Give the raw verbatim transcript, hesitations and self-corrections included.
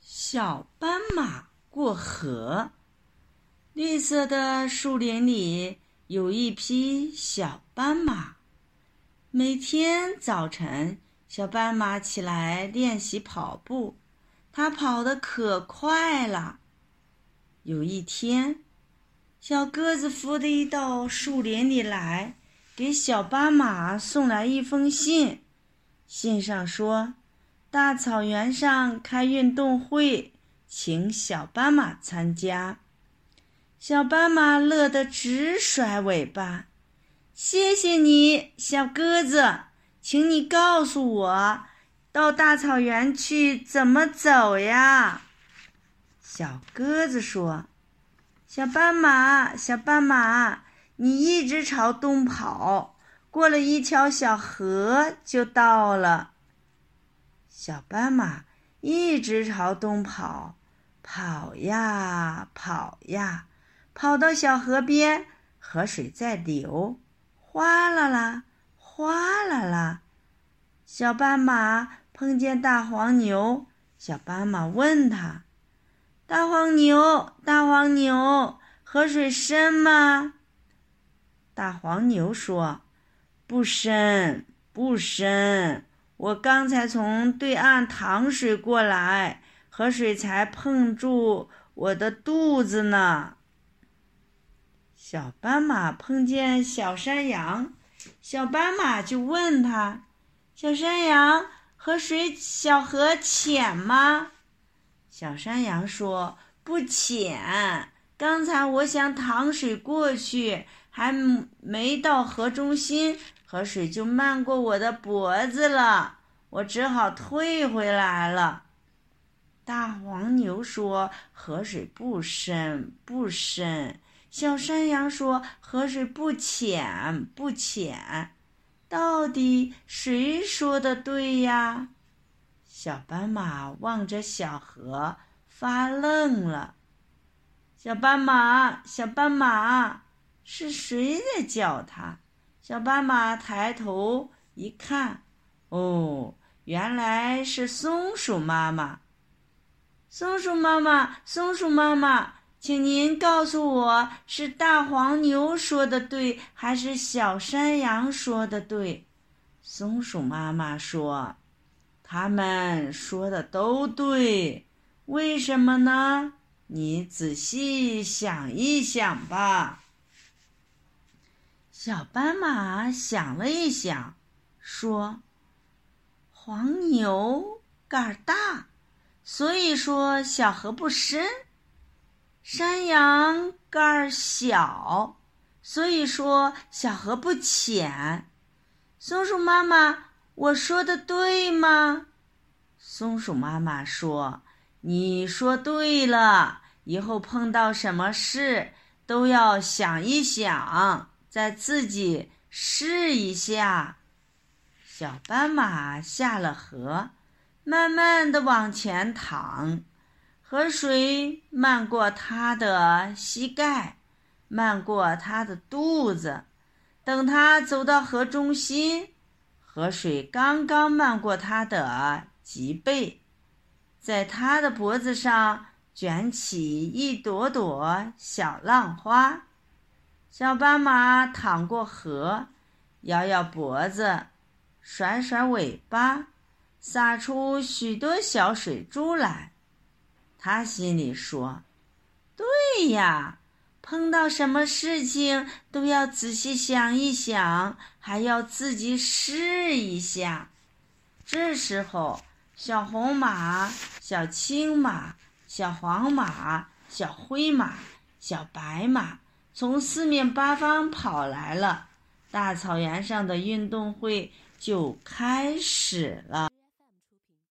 小斑马过河。绿色的树林里有一匹小斑马。每天早晨，小斑马起来练习跑步，它跑得可快了。有一天，小鸽子孵的到树林里来，给小斑马送来一封信。信上说，大草原上开运动会，请小斑马参加。小斑马乐得直甩尾巴。谢谢你，小鸽子，请你告诉我，到大草原去怎么走呀？小鸽子说，小斑马，小斑马，你一直朝东跑，过了一条小河就到了。小斑马一直朝东跑，跑呀跑呀，跑到小河边，河水在流，哗啦啦，哗啦啦。小斑马碰见大黄牛，小斑马问他，大黄牛，大黄牛，河水深吗？大黄牛说，不深，不深，我刚才从对岸淌水过来，河水才碰住我的肚子呢。小斑马碰见小山羊，小斑马就问他，小山羊，河水小河浅吗？小山羊说，不浅，刚才我想淌水过去，还没到河中心，河水就漫过我的脖子了，我只好退回来了。大黄牛说，河水不深，不深。小山羊说，河水不浅，不浅。到底谁说的对呀？小斑马望着小河发愣了。小斑马，小斑马，是谁在叫他？小斑马抬头一看，哦，原来是松鼠妈妈。松鼠妈妈，松鼠妈妈，请您告诉我，是大黄牛说的对，还是小山羊说的对？松鼠妈妈说，他们说的都对。为什么呢？你仔细想一想吧。小斑马想了一想，说，黄牛杆大，所以说小河不深。山羊杆小，所以说小河不浅。松鼠妈妈，我说的对吗？松鼠妈妈说，你说对了，以后碰到什么事都要想一想，再自己试一下。小斑马下了河，慢慢地往前淌，河水漫过它的膝盖，漫过它的肚子。等它走到河中心，河水刚刚漫过它的脊背，在它的脖子上卷起一朵朵小浪花。小斑马淌过河，摇摇脖子，甩甩尾巴，撒出许多小水珠来。他心里说，对呀，碰到什么事情都要仔细想一想，还要自己试一下。这时候，小红马、小青马、小黄马、小灰马、小白马从四面八方跑来了，大草原上的运动会就开始了。